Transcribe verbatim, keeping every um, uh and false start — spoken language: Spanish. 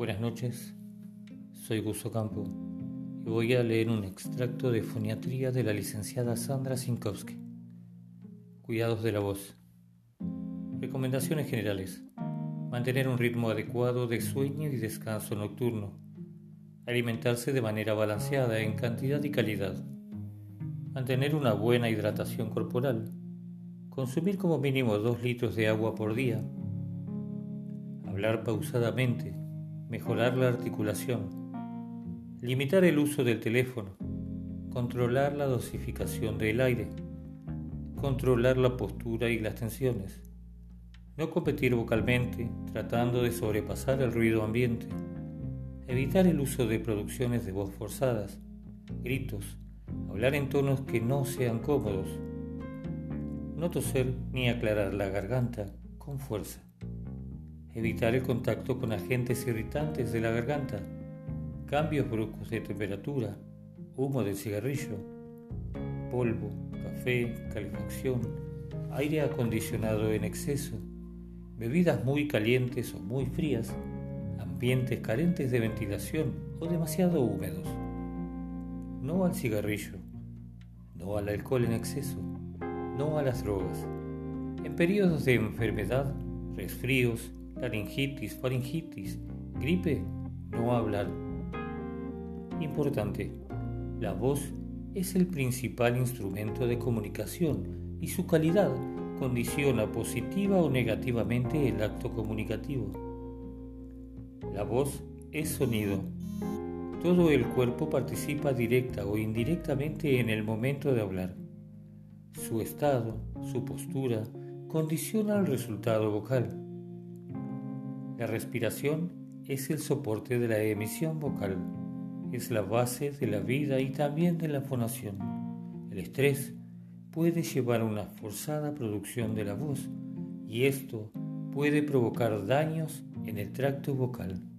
Buenas noches, soy Gus Ocampo y voy a leer un extracto de foniatría de la licenciada Sandra Sinkowski. Cuidados de la voz. Recomendaciones generales. Mantener un ritmo adecuado de sueño y descanso nocturno. Alimentarse de manera balanceada en cantidad y calidad. Mantener una buena hidratación corporal. Consumir como mínimo dos litros de agua por día. Hablar pausadamente. Mejorar la articulación. Limitar el uso del teléfono. Controlar la dosificación del aire. Controlar la postura y las tensiones. No competir vocalmente, tratando de sobrepasar el ruido ambiente. Evitar el uso de producciones de voz forzadas, gritos, hablar en tonos que no sean cómodos. No toser ni aclarar la garganta con fuerza. Evitar el contacto con agentes irritantes de la garganta, cambios bruscos de temperatura, humo del cigarrillo, polvo, café, calefacción, aire acondicionado en exceso, bebidas muy calientes o muy frías, ambientes carentes de ventilación o demasiado húmedos. No al cigarrillo, no al alcohol en exceso, no a las drogas. En periodos de enfermedad, resfríos, laringitis, faringitis, gripe, no hablar. Importante, la voz es el principal instrumento de comunicación y su calidad condiciona positiva o negativamente el acto comunicativo. La voz es sonido. Todo el cuerpo participa directa o indirectamente en el momento de hablar. Su estado, su postura, condiciona el resultado vocal. La respiración es el soporte de la emisión vocal, es la base de la vida y también de la fonación. El estrés puede llevar a una forzada producción de la voz y esto puede provocar daños en el tracto vocal.